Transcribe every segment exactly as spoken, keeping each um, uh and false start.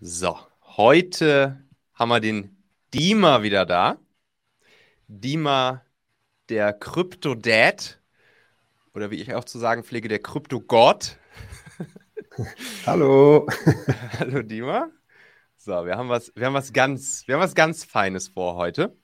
So, heute haben wir den Dima wieder da. Dima, der Krypto-Dad, oder wie ich auch zu sagen pflege, der Krypto-Gott. Hallo. Hallo Dima. So, wir haben was, wir haben was ganz, wir haben was ganz Feines vor heute.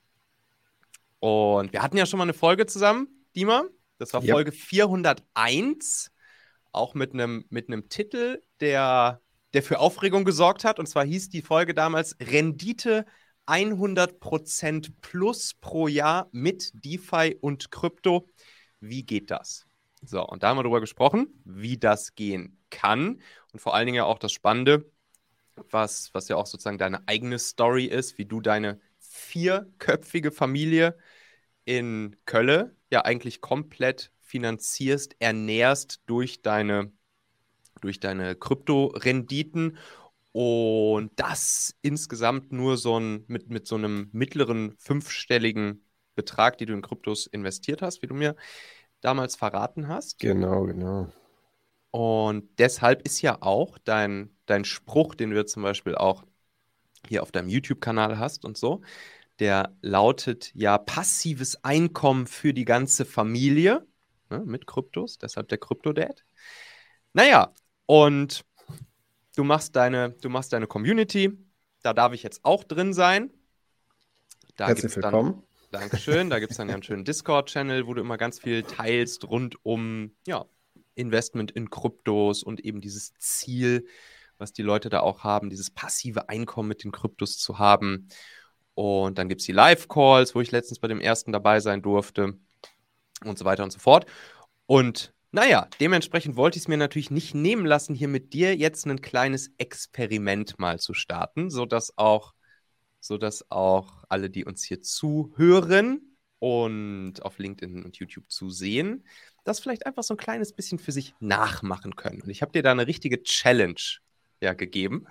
Und wir hatten ja schon mal eine Folge zusammen, Dima. Das war Yep. Folge vierhunderteins, auch mit einem mit einem Titel, der, der für Aufregung gesorgt hat. Und zwar hieß die Folge damals Rendite hundert Prozent plus pro Jahr mit DeFi und Krypto. Wie geht das? So, und da haben wir darüber gesprochen, wie das gehen kann. Und vor allen Dingen ja auch das Spannende, was, was ja auch sozusagen deine eigene Story ist, wie du deine vierköpfige Familie in Kölle ja eigentlich komplett finanzierst, ernährst durch deine, durch deine Kryptorenditen und das insgesamt nur so ein, mit, mit so einem mittleren fünfstelligen Betrag, die du in Kryptos investiert hast, wie du mir damals verraten hast. Genau, genau. Und deshalb ist ja auch dein, dein Spruch, den du zum Beispiel auch hier auf deinem YouTube-Kanal hast und so, der lautet ja passives Einkommen für die ganze Familie, ne, mit Kryptos, deshalb der Krypto-Dad. Naja, und du machst deine, du machst deine Community, da darf ich jetzt auch drin sein. Da Herzlich gibt's dann, willkommen. Dankeschön, da gibt es dann ja einen schönen Discord-Channel, wo du immer ganz viel teilst rund um ja, Investment in Kryptos und eben dieses Ziel, was die Leute da auch haben, dieses passive Einkommen mit den Kryptos zu haben. Und dann gibt es die Live-Calls, wo ich letztens bei dem ersten dabei sein durfte und so weiter und so fort. Und naja, dementsprechend wollte ich es mir natürlich nicht nehmen lassen, hier mit dir jetzt ein kleines Experiment mal zu starten, sodass auch, sodass auch alle, die uns hier zuhören und auf LinkedIn und YouTube zusehen, das vielleicht einfach so ein kleines bisschen für sich nachmachen können. Und ich habe dir da eine richtige Challenge ja, gegeben,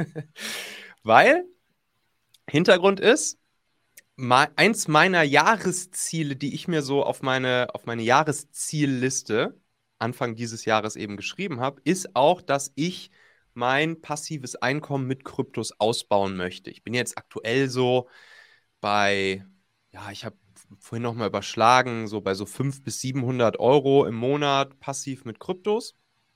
weil Hintergrund ist, eins meiner Jahresziele, die ich mir so auf meine, auf meine Jahreszielliste Anfang dieses Jahres eben geschrieben habe, ist auch, dass ich mein passives Einkommen mit Kryptos ausbauen möchte. Ich bin jetzt aktuell so bei, ja, ich habe vorhin nochmal überschlagen, so bei so fünfhundert bis siebenhundert Euro im Monat passiv mit Kryptos.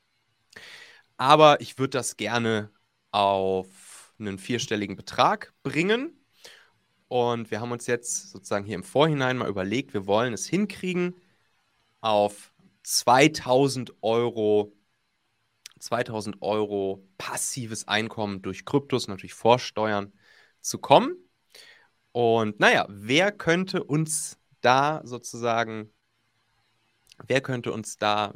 Aber ich würde das gerne auf einen vierstelligen Betrag bringen. Und wir haben uns jetzt sozusagen hier im Vorhinein mal überlegt, wir wollen es hinkriegen, auf zweitausend Euro, zweitausend Euro passives Einkommen durch Kryptos, natürlich vor Steuern, zu kommen. Und naja, wer könnte uns da sozusagen, wer könnte uns da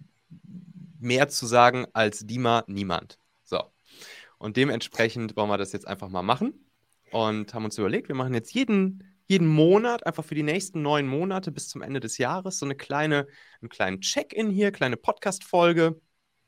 mehr zu sagen als Dima? Niemand. So. Und dementsprechend wollen wir das jetzt einfach mal machen. Und haben uns überlegt, wir machen jetzt jeden, jeden Monat, einfach für die nächsten neun Monate bis zum Ende des Jahres, so eine kleine, einen kleinen Check-in hier, kleine Podcast-Folge,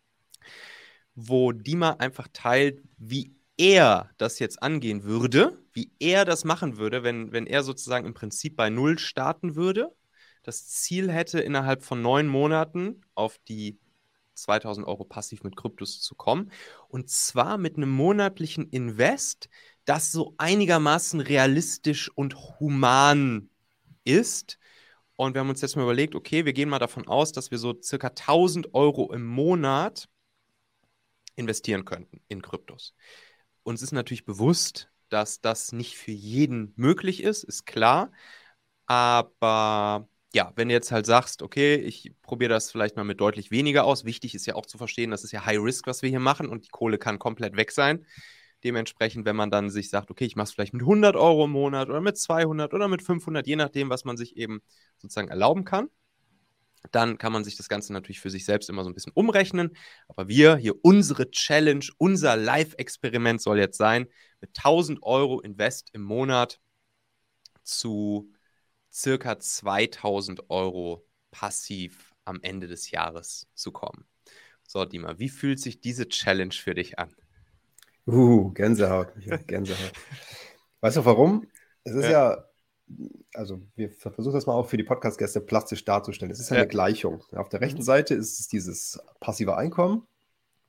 wo Dima einfach teilt, wie er das jetzt angehen würde, wie er das machen würde, wenn, wenn er sozusagen im Prinzip bei Null starten würde, das Ziel hätte, innerhalb von neun Monaten auf die zweitausend Euro passiv mit Kryptos zu kommen. Und zwar mit einem monatlichen Invest, das so einigermaßen realistisch und human ist. Und wir haben uns jetzt mal überlegt, okay, wir gehen mal davon aus, dass wir so circa tausend Euro im Monat investieren könnten in Kryptos. Uns ist natürlich bewusst, dass das nicht für jeden möglich ist, ist klar. Aber ja, wenn du jetzt halt sagst, okay, ich probiere das vielleicht mal mit deutlich weniger aus. Wichtig ist ja auch zu verstehen, das ist ja High Risk, was wir hier machen und die Kohle kann komplett weg sein. Dementsprechend, wenn man dann sich sagt, okay, ich mache es vielleicht mit hundert Euro im Monat oder mit zweihundert oder mit fünfhundert, je nachdem, was man sich eben sozusagen erlauben kann, dann kann man sich das Ganze natürlich für sich selbst immer so ein bisschen umrechnen. Aber wir, hier unsere Challenge, unser Live-Experiment soll jetzt sein, mit tausend Euro Invest im Monat zu circa zweitausend Euro passiv am Ende des Jahres zu kommen. So, Dima, wie fühlt sich diese Challenge für dich an? Uh, Gänsehaut, Michael, Gänsehaut. Weißt du warum? Es ist ja, ja also wir versuchen das mal auch für die Podcast-Gäste plastisch darzustellen. Es ist ja, ja eine Gleichung. Auf der rechten Seite ist es dieses passive Einkommen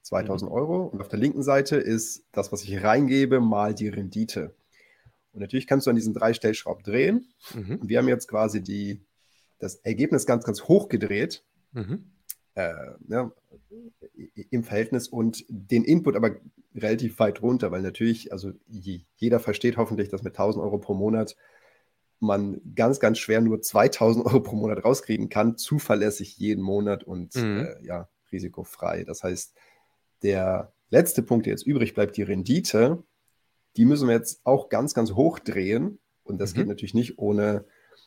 zweitausend Euro. Und auf der linken Seite ist das, was ich reingebe, mal die Rendite. Und natürlich kannst du an diesen drei Stellschrauben drehen. Mhm. Und wir haben jetzt quasi die, das Ergebnis ganz, ganz hoch gedreht. Mhm. Äh, ja, im Verhältnis und den Input aber relativ weit runter, weil natürlich, also je, jeder versteht hoffentlich, dass mit tausend Euro pro Monat man ganz, ganz schwer nur zweitausend Euro pro Monat rauskriegen kann, zuverlässig jeden Monat und Mhm. äh, ja, risikofrei. Das heißt, der letzte Punkt, der jetzt übrig bleibt, die Rendite, die müssen wir jetzt auch ganz, ganz hoch drehen und das Mhm. geht natürlich nicht ohne,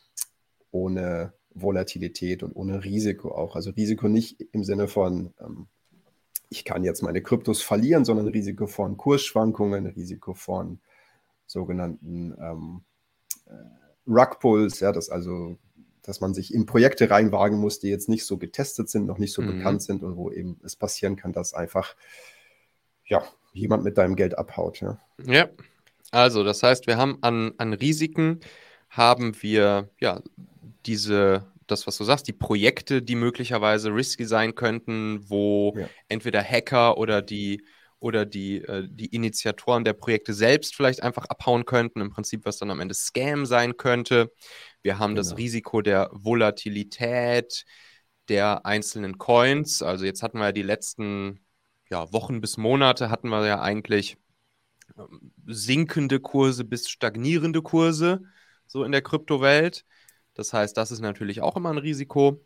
ohne Volatilität und ohne Risiko auch. Also Risiko nicht im Sinne von, ähm, ich kann jetzt meine Kryptos verlieren, sondern Risiko von Kursschwankungen, Risiko von sogenannten ähm, äh, Rugpulls, ja, das also, dass man sich in Projekte reinwagen muss, die jetzt nicht so getestet sind, noch nicht so Mhm. bekannt sind und wo eben es passieren kann, dass einfach ja, jemand mit deinem Geld abhaut. Ja, Ja, also das heißt, wir haben an, an Risiken, haben wir ja diese, das, was du sagst, die Projekte, die möglicherweise risky sein könnten, wo ja, entweder Hacker oder die oder die, äh, die Initiatoren der Projekte selbst vielleicht einfach abhauen könnten, im Prinzip, was dann am Ende Scam sein könnte. Wir haben das genau. Risiko der Volatilität der einzelnen Coins. Also jetzt hatten wir ja die letzten ja, Wochen bis Monate hatten wir ja eigentlich ähm, sinkende Kurse bis stagnierende Kurse, so in der Kryptowelt. Das heißt, das ist natürlich auch immer ein Risiko.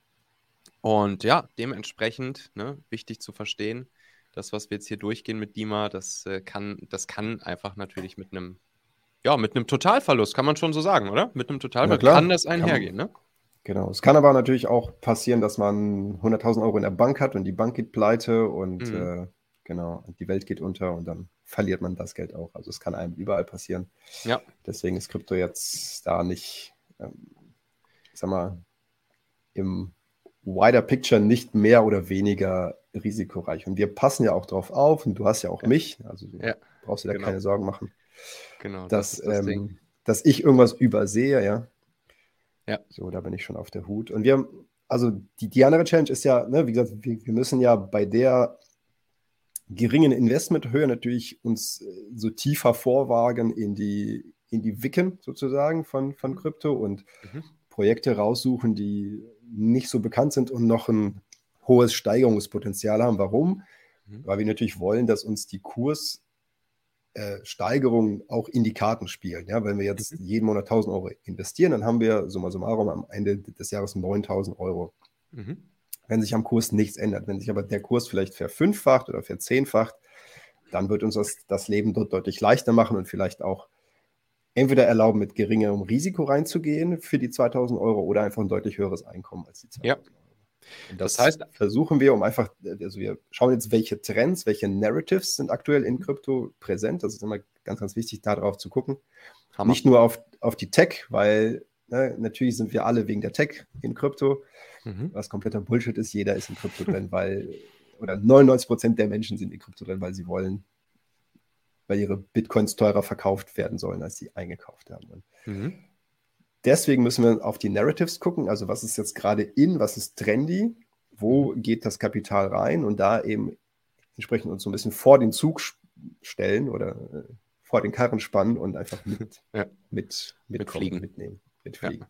Und ja, dementsprechend, ne, wichtig zu verstehen, das, was wir jetzt hier durchgehen mit Dima, das äh, kann, das kann einfach natürlich mit einem, ja, mit einem Totalverlust, kann man schon so sagen, oder? Mit einem Ja, Totalverlust kann klar, das kann einhergehen, man. ne? Genau. Es kann aber natürlich auch passieren, dass man hunderttausend Euro in der Bank hat und die Bank geht pleite und Mhm. äh, genau, die Welt geht unter und dann verliert man das Geld auch. Also es kann einem überall passieren. Ja. Deswegen ist Krypto jetzt da nicht, ähm, ich sag mal, im wider Picture nicht mehr oder weniger risikoreich. Und wir passen ja auch drauf auf und du hast ja auch Ja, mich, also du ja, brauchst dir da genau. keine Sorgen machen, Genau, das dass, ist das Ding. ähm, dass ich irgendwas übersehe, ja. Ja. So, da bin ich schon auf der Hut. Und wir haben, also die, die andere Challenge ist ja, ne, wie gesagt, wir, wir müssen ja bei der geringen Investmenthöhe natürlich uns äh, so tiefer vorwagen in die, in die Wicken sozusagen von, von Krypto und Mhm. Projekte raussuchen, die nicht so bekannt sind und noch ein hohes Steigerungspotenzial haben. Warum? Mhm. Weil wir natürlich wollen, dass uns die Kurssteigerungen auch in die Karten spielen. Ja, wenn wir jetzt Mhm. jeden Monat tausend Euro investieren, dann haben wir summa summarum am Ende des Jahres neuntausend Euro. Mhm. Wenn sich am Kurs nichts ändert, wenn sich aber der Kurs vielleicht verfünffacht oder verzehnfacht, dann wird uns das, das Leben dort deutlich leichter machen und vielleicht auch entweder erlauben, mit geringerem Risiko reinzugehen für die zweitausend Euro oder einfach ein deutlich höheres Einkommen als die Ja, zweitausend Euro. Und das das heißt, versuchen wir, um einfach, also wir schauen jetzt, welche Trends, welche Narratives sind aktuell in Krypto präsent. Das ist immer ganz, ganz wichtig, darauf zu gucken. Hammer. Nicht nur auf, auf die Tech, weil ne, natürlich sind wir alle wegen der Tech in Krypto, Mhm. was kompletter Bullshit ist. Jeder ist in Krypto drin, weil, oder neunundneunzig Prozent der Menschen sind in Krypto drin, weil sie wollen, weil ihre Bitcoins teurer verkauft werden sollen, als sie eingekauft haben. Und Mhm. deswegen müssen wir auf die Narratives gucken, also was ist jetzt gerade in, was ist trendy, wo Mhm. geht das Kapital rein und da eben entsprechend uns so ein bisschen vor den Zug stellen oder äh, vor den Karren spannen und einfach mit, Ja, mit, mitkommen, mitfliegen. mitnehmen, Ja. mitfliegen.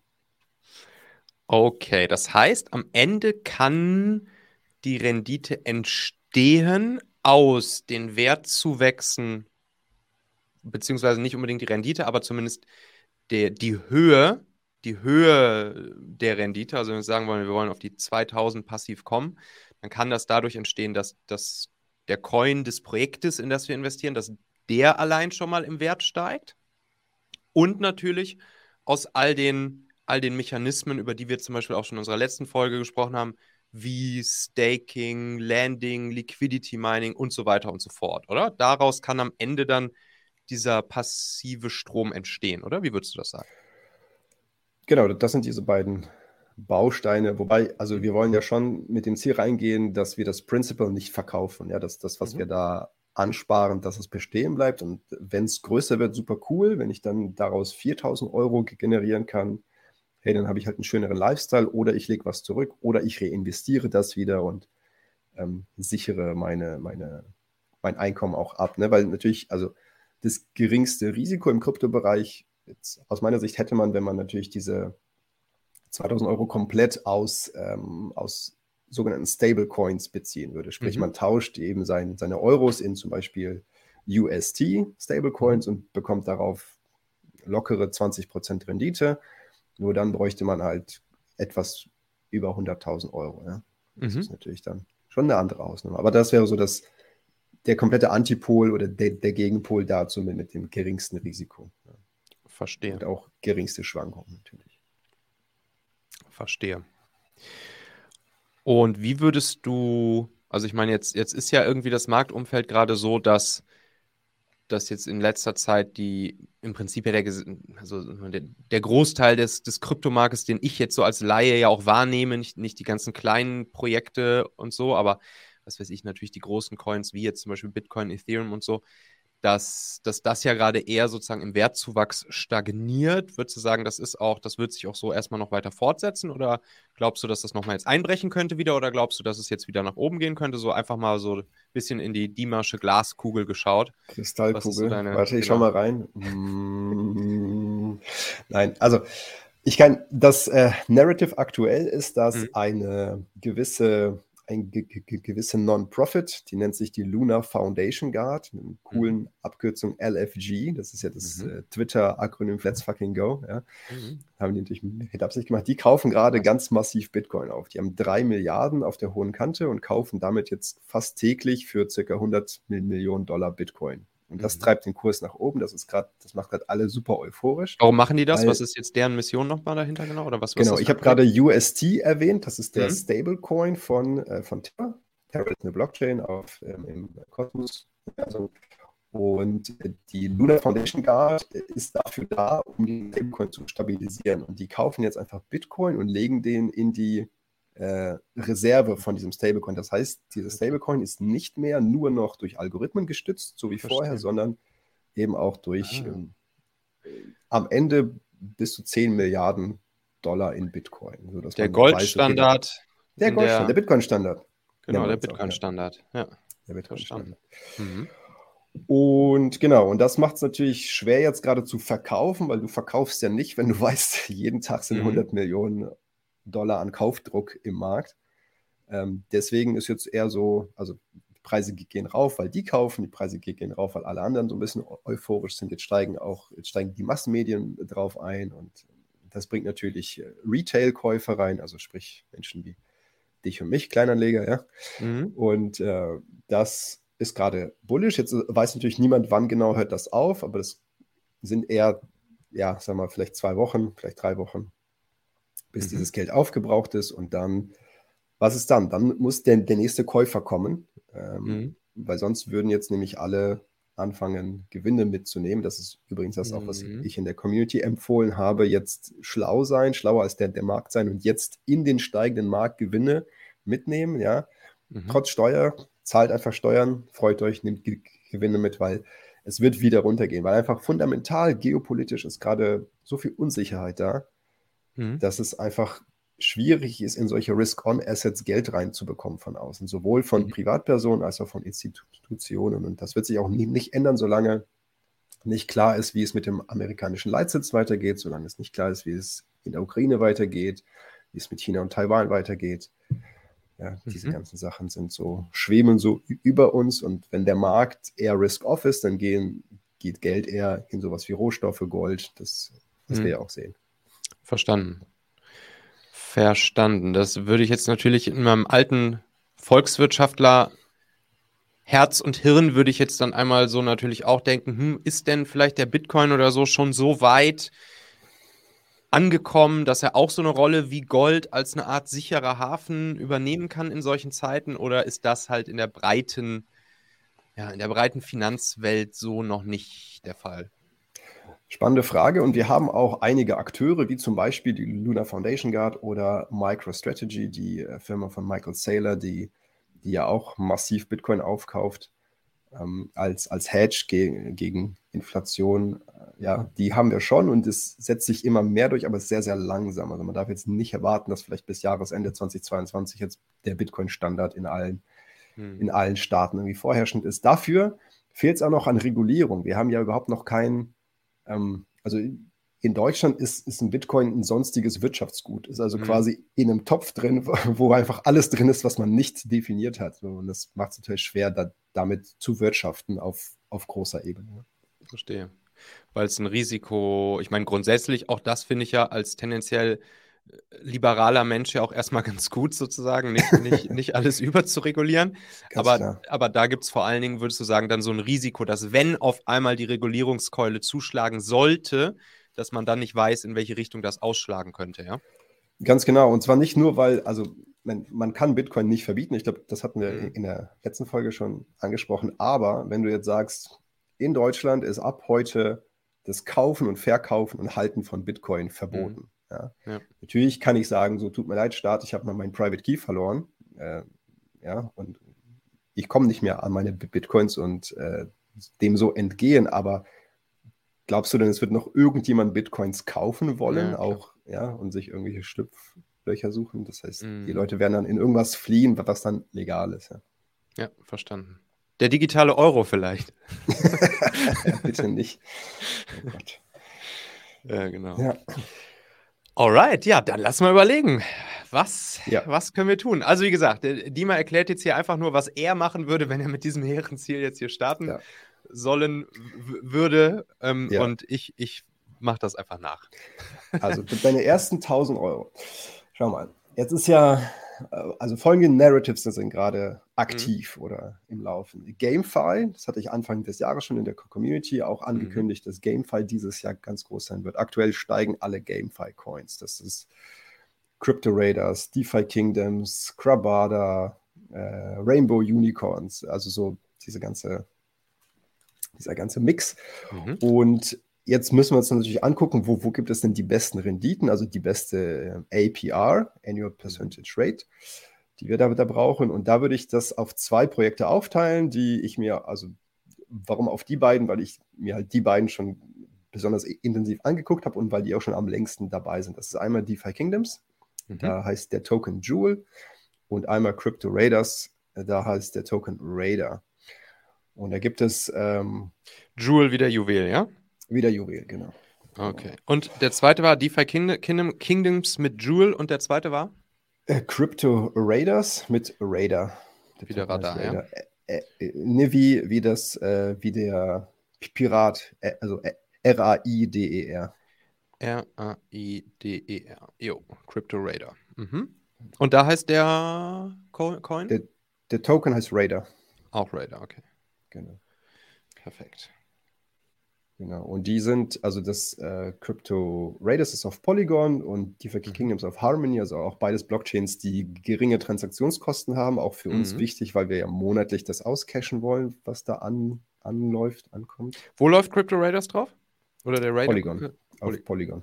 Okay, das heißt, am Ende kann die Rendite entstehen aus den Wertzuwächsen, beziehungsweise nicht unbedingt die Rendite, aber zumindest der, die Höhe, die Höhe der Rendite. Also wenn wir sagen wollen, wir wollen auf die zweitausend passiv kommen, dann kann das dadurch entstehen, dass, dass der Coin des Projektes, in das wir investieren, dass der allein schon mal im Wert steigt. Und natürlich aus all den, all den Mechanismen, über die wir zum Beispiel auch schon in unserer letzten Folge gesprochen haben, wie Staking, Landing, Liquidity Mining und so weiter und so fort, oder? Daraus kann am Ende dann dieser passive Strom entstehen, oder? Wie würdest du das sagen? Genau, das sind diese beiden Bausteine, wobei, also wir wollen ja schon mit dem Ziel reingehen, dass wir das Principal nicht verkaufen, ja, dass das, was Mhm. wir da ansparen, dass es bestehen bleibt und wenn es größer wird, super cool, wenn ich dann daraus viertausend Euro generieren kann, hey, dann habe ich halt einen schöneren Lifestyle oder ich lege was zurück oder ich reinvestiere das wieder und ähm, sichere meine, meine, mein Einkommen auch ab. Ne? Weil natürlich, also das geringste Risiko im Kryptobereich, jetzt aus meiner Sicht hätte man, wenn man natürlich diese zweitausend Euro komplett aus, ähm, aus sogenannten Stablecoins beziehen würde. Sprich, Mhm. man tauscht eben sein, seine Euros in zum Beispiel U S T Stablecoins Mhm. und bekommt darauf lockere zwanzig Prozent Rendite. Nur dann bräuchte man halt etwas über hunderttausend Euro. Ja? Das Mhm. ist natürlich dann schon eine andere Ausnahme. Aber das wäre so das, der komplette Antipol oder der, der Gegenpol dazu mit, mit dem geringsten Risiko. Ja? Verstehe. Und auch geringste Schwankungen natürlich. Verstehe. Und wie würdest du, also ich meine, jetzt, jetzt ist ja irgendwie das Marktumfeld gerade so, dass, dass jetzt in letzter Zeit die im Prinzip ja der, also der, der Großteil des, des Kryptomarktes, den ich jetzt so als Laie ja auch wahrnehme, nicht, nicht die ganzen kleinen Projekte und so, aber was weiß ich, natürlich die großen Coins wie jetzt zum Beispiel Bitcoin, Ethereum und so, dass, dass das ja gerade eher sozusagen im Wertzuwachs stagniert. Würdest du sagen, das ist auch, das wird sich auch so erstmal noch weiter fortsetzen? Oder glaubst du, dass das nochmal jetzt einbrechen könnte wieder? Oder glaubst du, dass es jetzt wieder nach oben gehen könnte? So einfach mal so ein bisschen in die Diemersche Glaskugel geschaut. Was ist so Kristallkugel. deine, Warte, ich schau genau. mal rein. Mm, nein, also ich kann, das äh, Narrative aktuell ist, dass Mhm. eine gewisse, ein ge ge gewisse Non-Profit, die nennt sich die Lunar Foundation Guard, mit einer coolen Mhm. Abkürzung L F G, das ist ja das Mhm. äh, Twitter-Akronym Let's Fucking Go, ja. Mhm. Haben die natürlich mit Absicht gemacht. Die kaufen gerade Was? ganz massiv Bitcoin auf. Die haben drei Milliarden auf der hohen Kante und kaufen damit jetzt fast täglich für circa hundert Millionen Dollar Bitcoin. Und das Mhm. treibt den Kurs nach oben. Das ist gerade, das macht gerade alle super euphorisch. Warum machen die das? Was Weil, ist jetzt deren Mission nochmal dahinter genau? Oder was, was ist genau, das ich für ein habe gerade Projekt? U S T erwähnt. Das ist der Mhm. Stablecoin von, äh, von Terra. Terra ist eine Blockchain auf, ähm, im Kosmos. Also, und die Lunar Foundation Guard ist dafür da, um den Stablecoin zu stabilisieren. Und die kaufen jetzt einfach Bitcoin und legen den in die äh, Reserve von diesem Stablecoin. Das heißt, dieses Okay. Stablecoin ist nicht mehr nur noch durch Algorithmen gestützt, so wie vorher, Verstehe. sondern eben auch durch Ah. ähm, am Ende bis zu zehn Milliarden Dollar in Bitcoin, sodass Der man weiß, okay, der, Goldstandard der in Goldstandard, der, der Bitcoin-Standard nennt genau, man der es auch, ja. Bitcoin-Standard. Ja, Der verstanden. Bitcoin-Standard. Mhm. Und genau, und das macht es natürlich schwer jetzt gerade zu verkaufen, weil du verkaufst ja nicht, wenn du weißt, jeden Tag sind Mhm. hundert Millionen Dollar an Kaufdruck im Markt. Ähm, deswegen ist jetzt eher so, also die Preise gehen rauf, weil die kaufen, die Preise gehen rauf, weil alle anderen so ein bisschen euphorisch sind. Jetzt steigen auch, jetzt steigen die Massenmedien drauf ein und das bringt natürlich Retail-Käufer rein, also sprich Menschen wie dich und mich, Kleinanleger, ja. Mhm. Und äh, das ist gerade bullish. Jetzt weiß natürlich niemand, wann genau hört das auf, aber das sind eher, ja, sagen wir mal, vielleicht zwei Wochen, vielleicht drei Wochen, bis Mhm. dieses Geld aufgebraucht ist. Und dann, was ist dann? Dann muss der, der nächste Käufer kommen, ähm, Mhm. weil sonst würden jetzt nämlich alle anfangen, Gewinne mitzunehmen. Das ist übrigens das auch, was Mhm. ich in der Community empfohlen habe. Jetzt schlau sein, schlauer als der, der Markt sein und jetzt in den steigenden Markt Gewinne mitnehmen, ja. Mhm. Trotz Steuer, zahlt einfach Steuern, freut euch, nehmt Ge- Gewinne mit, weil es wird wieder runtergehen, weil einfach fundamental geopolitisch ist gerade so viel Unsicherheit da, Mhm. dass es einfach schwierig ist, in solche Risk-on-Assets Geld reinzubekommen von außen, sowohl von Mhm. Privatpersonen als auch von Institutionen. Und das wird sich auch nie, nicht ändern, solange nicht klar ist, wie es mit dem amerikanischen Leitsitz weitergeht, solange es nicht klar ist, wie es in der Ukraine weitergeht, wie es mit China und Taiwan weitergeht. Ja, diese Mhm. ganzen Sachen sind so, schweben so über uns und wenn der Markt eher risk-off ist, dann gehen, geht Geld eher in sowas wie Rohstoffe, Gold, das, was wir Mhm. ja auch sehen. Verstanden. Verstanden. Das würde ich jetzt natürlich in meinem alten Volkswirtschaftler Herz und Hirn würde ich jetzt dann einmal so natürlich auch denken, hm, ist denn vielleicht der Bitcoin oder so schon so weit angekommen, dass er auch so eine Rolle wie Gold als eine Art sicherer Hafen übernehmen kann in solchen Zeiten? Oder ist das halt in der breiten, ja, in der breiten Finanzwelt so noch nicht der Fall? Spannende Frage und wir haben auch einige Akteure, wie zum Beispiel die Lunar Foundation Guard oder MicroStrategy, die äh, Firma von Michael Saylor, die, die ja auch massiv Bitcoin aufkauft, ähm, als, als Hedge gegen, gegen Inflation. Äh, ja, die haben wir schon und es setzt sich immer mehr durch, aber es ist sehr, sehr langsam. Also man darf jetzt nicht erwarten, dass vielleicht bis Jahresende zwanzig zweiundzwanzig jetzt der Bitcoin-Standard in allen Hm. in allen Staaten irgendwie vorherrschend ist. Dafür fehlt es auch noch an Regulierung. Wir haben ja überhaupt noch kein, ähm, also in Deutschland ist, ist ein Bitcoin ein sonstiges Wirtschaftsgut, ist also Hm. quasi in einem Topf drin, wo einfach alles drin ist, was man nicht definiert hat. So, und das macht es natürlich schwer, da, damit zu wirtschaften auf, auf großer Ebene. Verstehe. Weil es ein Risiko, ich meine, grundsätzlich, auch das finde ich ja als tendenziell äh, liberaler Mensch ja auch erstmal ganz gut sozusagen, nicht, nicht, nicht alles überzuregulieren. Ganz Aber, klar. aber da gibt es vor allen Dingen, würdest du sagen, dann so ein Risiko, dass wenn auf einmal die Regulierungskeule zuschlagen sollte, dass man dann nicht weiß, in welche Richtung das ausschlagen könnte, ja? Ganz genau. Und zwar nicht nur, weil, also man, man kann Bitcoin nicht verbieten. Ich glaube, das hatten wir Mhm. in der letzten Folge schon angesprochen. Aber wenn du jetzt sagst, in Deutschland ist ab heute das Kaufen und Verkaufen und Halten von Bitcoin verboten. Ja. Ja. Natürlich kann ich sagen, so tut mir leid, Staat, ich habe mal meinen Private Key verloren. Äh, ja, und ich komme nicht mehr an meine Bitcoins und äh, dem so entgehen. Aber glaubst du denn, es wird noch irgendjemand Bitcoins kaufen wollen, Ja, klar. auch, ja, und sich irgendwelche Schlupflöcher suchen? Das heißt, Mhm. die Leute werden dann in irgendwas fliehen, was dann legal ist. Ja. Ja, verstanden. Der digitale Euro vielleicht. Bitte nicht. Oh Gott. Ja, genau. Ja. Alright, ja, dann lass mal überlegen. Was, Ja. was können wir tun? Also, wie gesagt, der Dima erklärt jetzt hier einfach nur, was er machen würde, wenn er mit diesem hehren Ziel jetzt hier starten Ja. sollen w- würde. Ähm, Ja. Und ich, ich mache das einfach nach. Also deine ersten tausend Euro. Schau mal, jetzt ist ja, äh, also folgende Narratives sind gerade aktiv oder im Laufen. GameFi, das hatte ich Anfang des Jahres schon in der Community auch angekündigt, dass GameFi dieses Jahr ganz groß sein wird. Aktuell steigen alle GameFi-Coins. Das ist Crypto Raiders, DeFi Kingdoms, Krabada, äh, Rainbow Unicorns, also so diese ganze, dieser ganze Mix. Mhm. Und jetzt müssen wir uns natürlich angucken, wo, wo gibt es denn die besten Renditen, also die beste äh, A P R, Annual Percentage Rate, die wir da, da brauchen. Und da würde ich das auf zwei Projekte aufteilen, die ich mir, also warum auf die beiden? Weil ich mir halt die beiden schon besonders intensiv angeguckt habe und weil die auch schon am längsten dabei sind. Das ist einmal DeFi Kingdoms, Mhm. da heißt der Token Jewel, und einmal Crypto Raiders, da heißt der Token Raider. Und da gibt es ähm, Jewel wieder Juwel, ja? wieder Juwel, genau. Okay. Und der zweite war DeFi King Kingdom Kingdoms mit Jewel und der zweite war? Äh, Crypto Raiders mit Raider. Der Wieder Token heißt Radar, ja? Raider. Äh, äh, ne, wie, wie das, äh, wie der Pirat, äh, also äh, R A I D E R. R A I D E R. Jo, Crypto Raider. Mhm. Und da heißt der Co Coin? Der, der Token heißt Raider. Auch Raider, okay. Genau. Perfekt. Genau. Und die sind, also das äh, Crypto Raiders ist auf Polygon und DeFi Mhm. Kingdoms auf Harmony, also auch beides Blockchains, die geringe Transaktionskosten haben, auch für uns Mhm. wichtig, weil wir ja monatlich das auscashen wollen, was da an, anläuft, ankommt. Wo läuft Crypto Raiders drauf? Oder der Raider? Polygon. Äh, Auf Poly Polygon.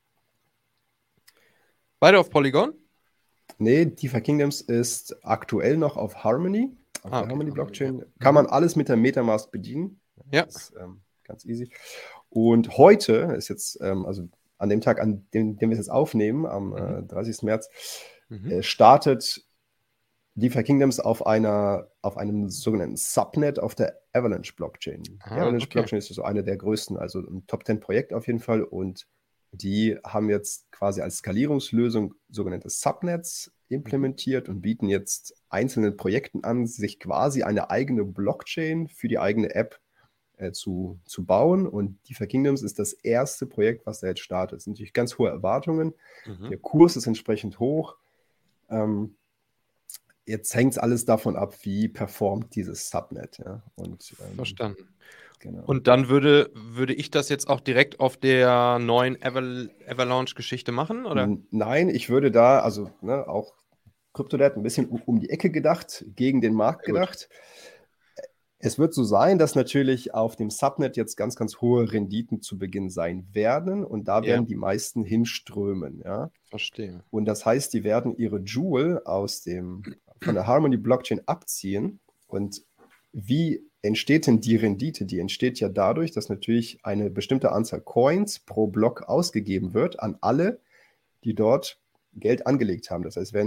Beide auf Polygon? Nee, DeFi Kingdoms ist aktuell noch auf Harmony, auf Ah, der okay, Harmony auf Blockchain. Harmony, ja. Kann Mhm. man alles mit der Metamask bedienen. Ja. Das ist ähm, ganz easy. Und heute ist jetzt, ähm, also an dem Tag, an dem, dem wir es jetzt aufnehmen, am äh, Mhm. dreißigsten März, Mhm. äh, startet DeFi Kingdoms auf einer, auf einem sogenannten Subnet auf der Avalanche Blockchain. Die Ah, Avalanche okay. Blockchain ist so eine der größten, also ein Top zehn Projekt auf jeden Fall. Und die haben jetzt quasi als Skalierungslösung sogenannte Subnets implementiert und bieten jetzt einzelnen Projekten an, sich quasi eine eigene Blockchain für die eigene App äh, zu, zu bauen. Und DeFi Kingdoms ist das erste Projekt, was da jetzt startet. Es sind natürlich ganz hohe Erwartungen. Mhm. Der Kurs ist entsprechend hoch. Ähm, Jetzt hängt es alles davon ab, wie performt dieses Subnet. Ja? Und, ähm, Verstanden. genau. Und dann würde, würde ich das jetzt auch direkt auf der neuen Aval Avalanche-Geschichte machen, oder? N- Nein, ich würde da, also ne, auch Kryptodat ein bisschen um, um die Ecke gedacht, gegen den Markt Sehr gut. gedacht. Es wird so sein, dass natürlich auf dem Subnet jetzt ganz, ganz hohe Renditen zu Beginn sein werden und da Ja. werden die meisten hinströmen. Ja? Verstehe. Und das heißt, die werden ihre Jewel aus dem, von der Harmony Blockchain abziehen. Und wie entsteht denn die Rendite? Die entsteht ja dadurch, dass natürlich eine bestimmte Anzahl Coins pro Block ausgegeben wird an alle, die dort Geld angelegt haben. Das heißt, wenn Mhm.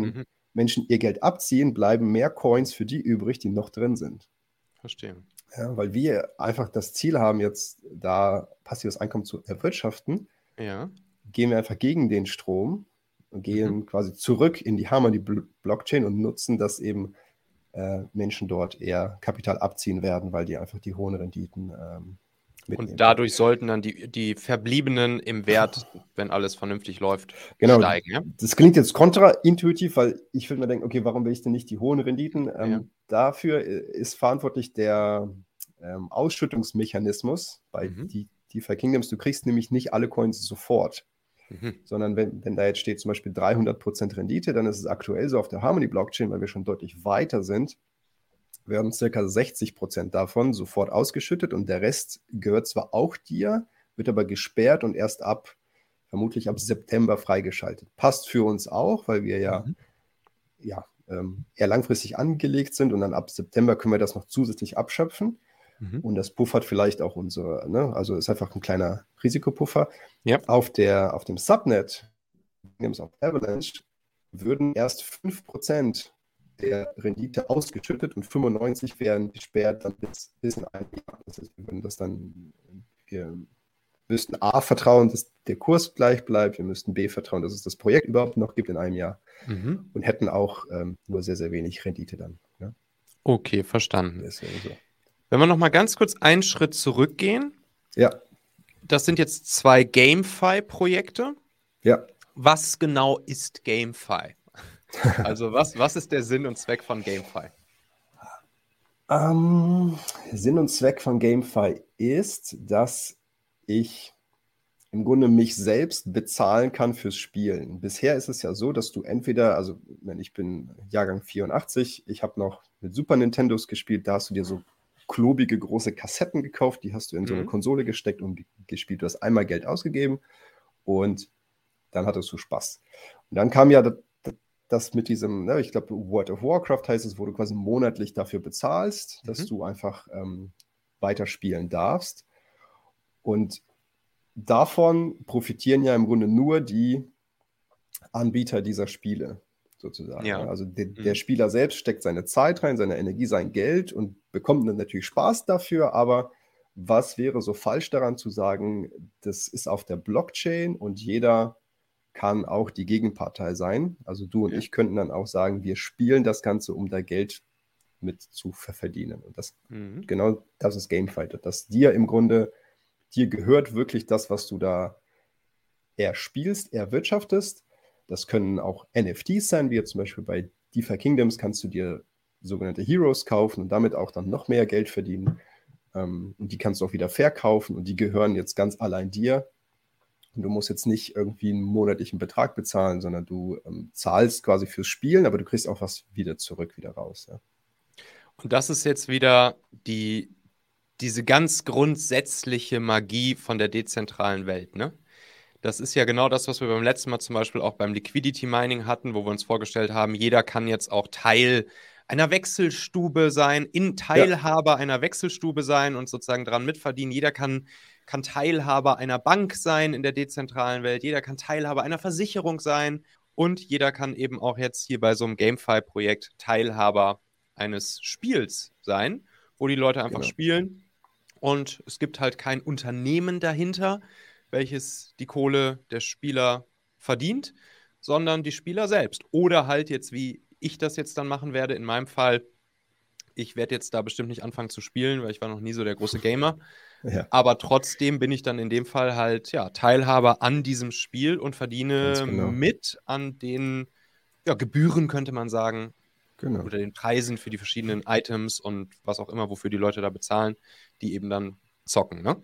Menschen ihr Geld abziehen, bleiben mehr Coins für die übrig, die noch drin sind. Verstehe. Ja, weil wir einfach das Ziel haben, jetzt da passives Einkommen zu erwirtschaften, Ja. gehen wir einfach gegen den Strom und gehen Mhm. quasi zurück in die Harmony-Blockchain und nutzen, dass eben äh, Menschen dort eher Kapital abziehen werden, weil die einfach die hohen Renditen ähm, mitnehmen. Und dadurch sollten dann die, die Verbliebenen im Wert, wenn alles vernünftig läuft, Genau, steigen. Ja? das klingt jetzt kontraintuitiv, weil ich würde mir denken, okay, warum will ich denn nicht die hohen Renditen? Ähm, Ja. Dafür ist verantwortlich der ähm, Ausschüttungsmechanismus bei Mhm. die, DeFi Kingdoms. Du kriegst nämlich nicht alle Coins sofort, Mhm. sondern wenn, wenn da jetzt steht zum Beispiel dreihundert Prozent Rendite, dann ist es aktuell so auf der Harmony-Blockchain, weil wir schon deutlich weiter sind, werden circa sechzig Prozent davon sofort ausgeschüttet und der Rest gehört zwar auch dir, wird aber gesperrt und erst ab, vermutlich ab September freigeschaltet. Passt für uns auch, weil wir ja, Mhm. ja ähm, eher langfristig angelegt sind und dann ab September können wir das noch zusätzlich abschöpfen. Mhm. Und das puffert vielleicht auch unsere, ne? Also ist einfach ein kleiner Risikopuffer. Ja. Auf, der, auf dem Subnet, auf Avalanche, würden erst fünf Prozent der Rendite ausgeschüttet und fünfundneunzig werden gesperrt dann bis, bis in ein Jahr. Das heißt, wir würden das dann, wir müssten A vertrauen, dass der Kurs gleich bleibt, wir müssten B vertrauen, dass es das Projekt überhaupt noch gibt in einem Jahr Mhm. und hätten auch ähm, nur sehr, sehr wenig Rendite dann. Ja? Okay, verstanden. Deswegen so. Wenn wir noch mal ganz kurz einen Schritt zurückgehen. Ja. Das sind jetzt zwei GameFi-Projekte. Ja. Was genau ist GameFi? Also was, was ist der Sinn und Zweck von GameFi? Ähm, Sinn und Zweck von GameFi ist, dass ich im Grunde mich selbst bezahlen kann fürs Spielen. Bisher ist es ja so, dass du entweder, also wenn ich bin Jahrgang vierundachtzig, ich habe noch mit Super Nintendos gespielt, da hast du dir so klobige große Kassetten gekauft, die hast du in so eine Mhm. Konsole gesteckt und gespielt. Du hast einmal Geld ausgegeben und dann hattest du Spaß. Und dann kam ja das, das mit diesem, ne, ich glaube, World of Warcraft heißt es, wo du quasi monatlich dafür bezahlst, dass Mhm. du einfach ähm, weiterspielen darfst. Und davon profitieren ja im Grunde nur die Anbieter dieser Spiele, sozusagen. Ja. Also der, Mhm. der Spieler selbst steckt seine Zeit rein, seine Energie, sein Geld und bekommt dann natürlich Spaß dafür, aber was wäre so falsch daran zu sagen, das ist auf der Blockchain und jeder kann auch die Gegenpartei sein. Also du und Ja. ich könnten dann auch sagen, wir spielen das Ganze, um da Geld mit zu verdienen. Und das, Mhm. genau das ist GameFi, dass dir im Grunde, dir gehört wirklich das, was du da erspielst, erwirtschaftest. Das können auch N F Ts sein, wie jetzt zum Beispiel bei DeFi Kingdoms kannst du dir sogenannte Heroes kaufen und damit auch dann noch mehr Geld verdienen. Ähm, und die kannst du auch wieder verkaufen und die gehören jetzt ganz allein dir. Und du musst jetzt nicht irgendwie einen monatlichen Betrag bezahlen, sondern du ähm, zahlst quasi fürs Spielen, aber du kriegst auch was wieder zurück, wieder raus. Ja. Und das ist jetzt wieder die, diese ganz grundsätzliche Magie von der dezentralen Welt, ne? Das ist ja genau das, was wir beim letzten Mal zum Beispiel auch beim Liquidity Mining hatten, wo wir uns vorgestellt haben, jeder kann jetzt auch Teil einer Wechselstube sein, in Teilhaber ja. einer Wechselstube sein und sozusagen daran mitverdienen. Jeder kann, kann Teilhaber einer Bank sein in der dezentralen Welt, jeder kann Teilhaber einer Versicherung sein und jeder kann eben auch jetzt hier bei so einem GameFi-Projekt Teilhaber eines Spiels sein, wo die Leute einfach Genau. spielen und es gibt halt kein Unternehmen dahinter, welches die Kohle der Spieler verdient, sondern die Spieler selbst. Oder halt jetzt, wie ich das jetzt dann machen werde, in meinem Fall, ich werde jetzt da bestimmt nicht anfangen zu spielen, weil ich war noch nie so der große Gamer. Ja. Aber trotzdem bin ich dann in dem Fall halt ja, Teilhaber an diesem Spiel und verdiene genau. mit an den ja, Gebühren, könnte man sagen, genau. oder den Preisen für die verschiedenen Items und was auch immer, wofür die Leute da bezahlen, die eben dann zocken, ne?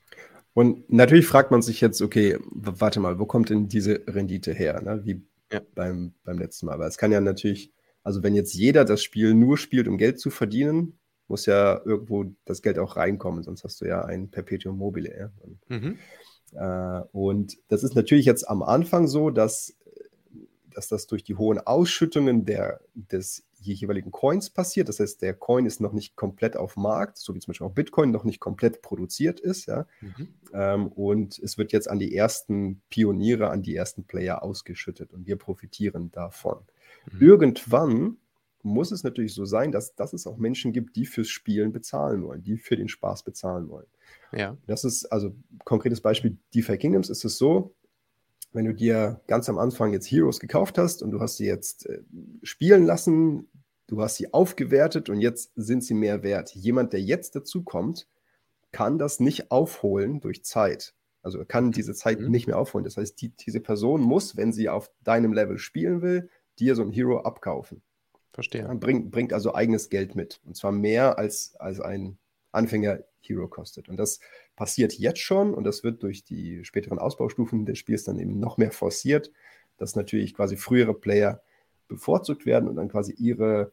Und natürlich fragt man sich jetzt, okay, warte mal, wo kommt denn diese Rendite her? Ne? Wie ja. beim, beim letzten Mal. Aber es kann ja natürlich, also wenn jetzt jeder das Spiel nur spielt, um Geld zu verdienen, muss ja irgendwo das Geld auch reinkommen, sonst hast du ja ein Perpetuum mobile. Ja? Und, mhm. äh, und das ist natürlich jetzt am Anfang so, dass, dass das durch die hohen Ausschüttungen der, des jeweiligen Coins passiert. Das heißt, der Coin ist noch nicht komplett auf dem Markt, so wie zum Beispiel auch Bitcoin noch nicht komplett produziert ist. Ja? Mhm. Ähm, und es wird jetzt an die ersten Pioniere, an die ersten Player ausgeschüttet und wir profitieren davon. Mhm. Irgendwann muss es natürlich so sein, dass, dass es auch Menschen gibt, die fürs Spielen bezahlen wollen, die für den Spaß bezahlen wollen. Ja. Das ist, also konkretes Beispiel DeFi Kingdoms ist es so, wenn du dir ganz am Anfang jetzt Heroes gekauft hast und du hast sie jetzt äh, spielen lassen, du hast sie aufgewertet und jetzt sind sie mehr wert. Jemand, der jetzt dazukommt, kann das nicht aufholen durch Zeit. Also er kann diese Zeit mhm. nicht mehr aufholen. Das heißt, die, diese Person muss, wenn sie auf deinem Level spielen will, dir so ein Hero abkaufen. Verstehe. Ja, bringt, bringt also eigenes Geld mit. Und zwar mehr, als, als ein Anfänger-Hero kostet. Und das passiert jetzt schon und das wird durch die späteren Ausbaustufen des Spiels dann eben noch mehr forciert, dass natürlich quasi frühere Player bevorzugt werden und dann quasi ihre,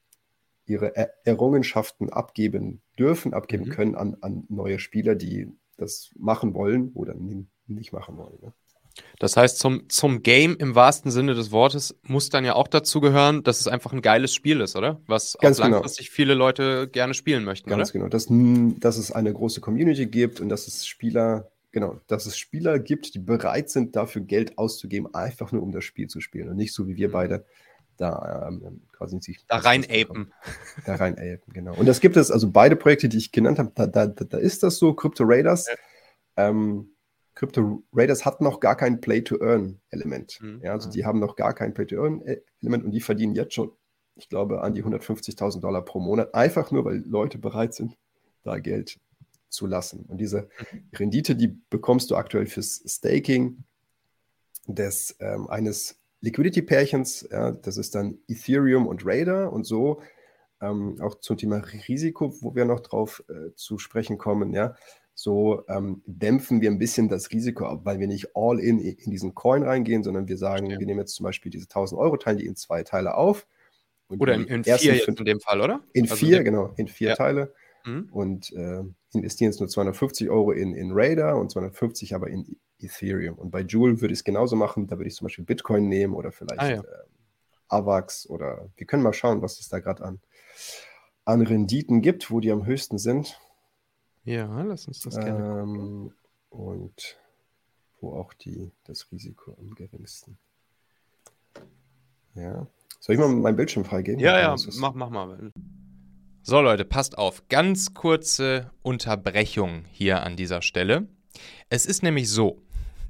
ihre er- Errungenschaften abgeben dürfen, abgeben mhm. können an, an neue Spieler, die das machen wollen oder nicht machen wollen. Ne? Das heißt, zum, zum Game im wahrsten Sinne des Wortes muss dann ja auch dazu gehören, dass es einfach ein geiles Spiel ist, oder? Was Ganz auch langfristig genau. viele Leute gerne spielen möchten, Ganz oder? genau. Dass, dass es eine große Community gibt und dass es Spieler, genau, dass es Spieler gibt, die bereit sind, dafür Geld auszugeben, einfach nur um das Spiel zu spielen und nicht so wie wir mhm. beide da ähm, quasi sich da rein apen. Da rein apen, genau. Und das gibt es, also beide Projekte, die ich genannt habe, da, da, da ist das so, Crypto Raiders. Ja. Ähm, Crypto Raiders hat noch gar kein Play-to-Earn-Element. Mhm. Ja, also die haben noch gar kein Play-to-Earn-Element und die verdienen jetzt schon, ich glaube, an die hundertfünfzigtausend Dollar pro Monat, einfach nur, weil Leute bereit sind, da Geld zu lassen. Und diese Rendite, die bekommst du aktuell fürs Staking des ähm, eines Liquidity-Pärchens, ja, das ist dann Ethereum und Raider und so, ähm, auch zum Thema Risiko, wo wir noch drauf äh, zu sprechen kommen, ja, so ähm, dämpfen wir ein bisschen das Risiko ab, weil wir nicht all in in diesen Coin reingehen, sondern wir sagen, Verstehen. wir nehmen jetzt zum Beispiel diese tausend Euro, teilen die in zwei Teile auf. Und oder in, in vier jetzt in dem Fall, oder? In also vier, in genau, in vier ja. Teile. Mhm. Und äh, investieren jetzt nur zweihundertfünfzig Euro in, in Raider und zweihundertfünfzig aber in Ethereum. Und bei Joule würde ich es genauso machen, da würde ich zum Beispiel Bitcoin nehmen oder vielleicht ah, ja. äh, Avax oder wir können mal schauen, was es da gerade an, an Renditen gibt, wo die am höchsten sind. Ja, lass uns das gerne ähm, und wo auch die, das Risiko am geringsten. Ja. Soll ich mal meinen Bildschirm freigeben? Ja, ja, mach, mach mal. So Leute, passt auf. Ganz kurze Unterbrechung hier an dieser Stelle. Es ist nämlich so,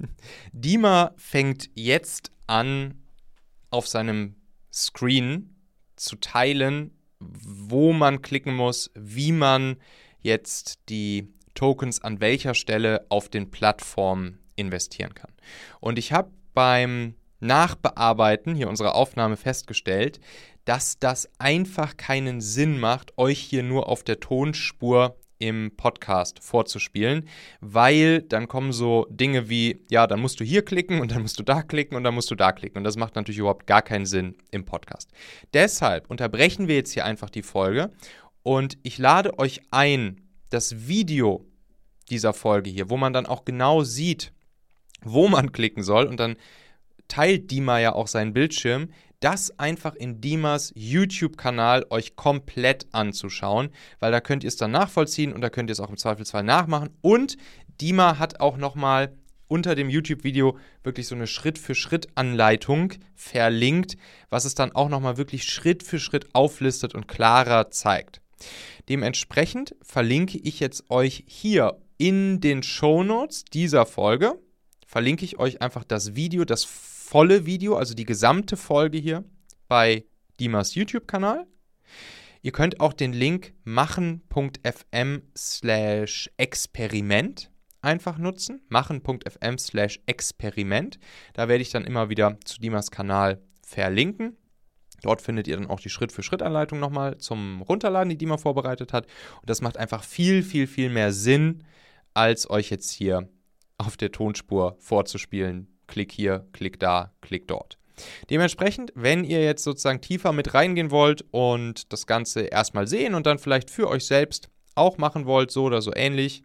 Dima fängt jetzt an, auf seinem Screen zu teilen, wo man klicken muss, wie man jetzt die Tokens an welcher Stelle auf den Plattformen investieren kann. Und ich habe beim Nachbearbeiten hier unserer Aufnahme festgestellt, dass das einfach keinen Sinn macht, euch hier nur auf der Tonspur im Podcast vorzuspielen, weil dann kommen so Dinge wie, ja, dann musst du hier klicken und dann musst du da klicken und dann musst du da klicken und das macht natürlich überhaupt gar keinen Sinn im Podcast. Deshalb unterbrechen wir jetzt hier einfach die Folge und ich lade euch ein, das Video dieser Folge hier, wo man dann auch genau sieht, wo man klicken soll und dann teilt Dima ja auch seinen Bildschirm, das einfach in Dimas YouTube-Kanal euch komplett anzuschauen, weil da könnt ihr es dann nachvollziehen und da könnt ihr es auch im Zweifelsfall nachmachen. Und Dima hat auch nochmal unter dem YouTube-Video wirklich so eine Schritt-für-Schritt-Anleitung verlinkt, was es dann auch nochmal wirklich Schritt für Schritt auflistet und klarer zeigt. Dementsprechend verlinke ich jetzt euch hier in den Shownotes dieser Folge, verlinke ich euch einfach das Video, das volle Video, also die gesamte Folge hier bei Dimas YouTube-Kanal. Ihr könnt auch den Link machen.fm slash Experiment einfach nutzen. machen.fm slash Experiment. Da werde ich dann immer wieder zu Dimas Kanal verlinken. Dort findet ihr dann auch die Schritt-für-Schritt-Anleitung nochmal zum Runterladen, die Dima vorbereitet hat. Und das macht einfach viel, viel, viel mehr Sinn, als euch jetzt hier auf der Tonspur vorzuspielen. Klick hier, klick da, klick dort. Dementsprechend, wenn ihr jetzt sozusagen tiefer mit reingehen wollt und das Ganze erstmal sehen und dann vielleicht für euch selbst auch machen wollt, so oder so ähnlich,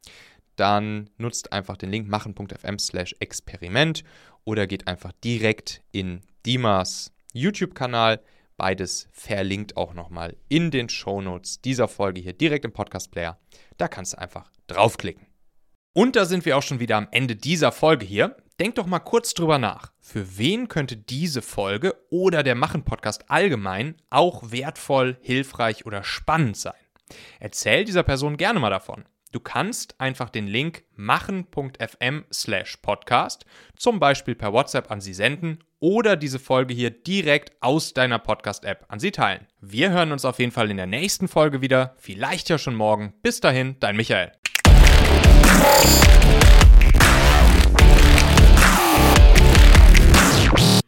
dann nutzt einfach den Link machen.fm slash Experiment oder geht einfach direkt in Dimas YouTube-Kanal. Beides verlinkt auch nochmal in den Shownotes dieser Folge hier direkt im Podcast-Player. Da kannst du einfach draufklicken. Und da sind wir auch schon wieder am Ende dieser Folge hier. denk doch mal kurz drüber nach. Für wen könnte diese Folge oder der Machen-Podcast allgemein auch wertvoll, hilfreich oder spannend sein? Erzähl dieser Person gerne mal davon. Du kannst einfach den Link machen.fm slash podcast zum Beispiel per WhatsApp an sie senden oder diese Folge hier direkt aus deiner Podcast-App an sie teilen. Wir hören uns auf jeden Fall in der nächsten Folge wieder, vielleicht ja schon morgen. Bis dahin, dein Michael.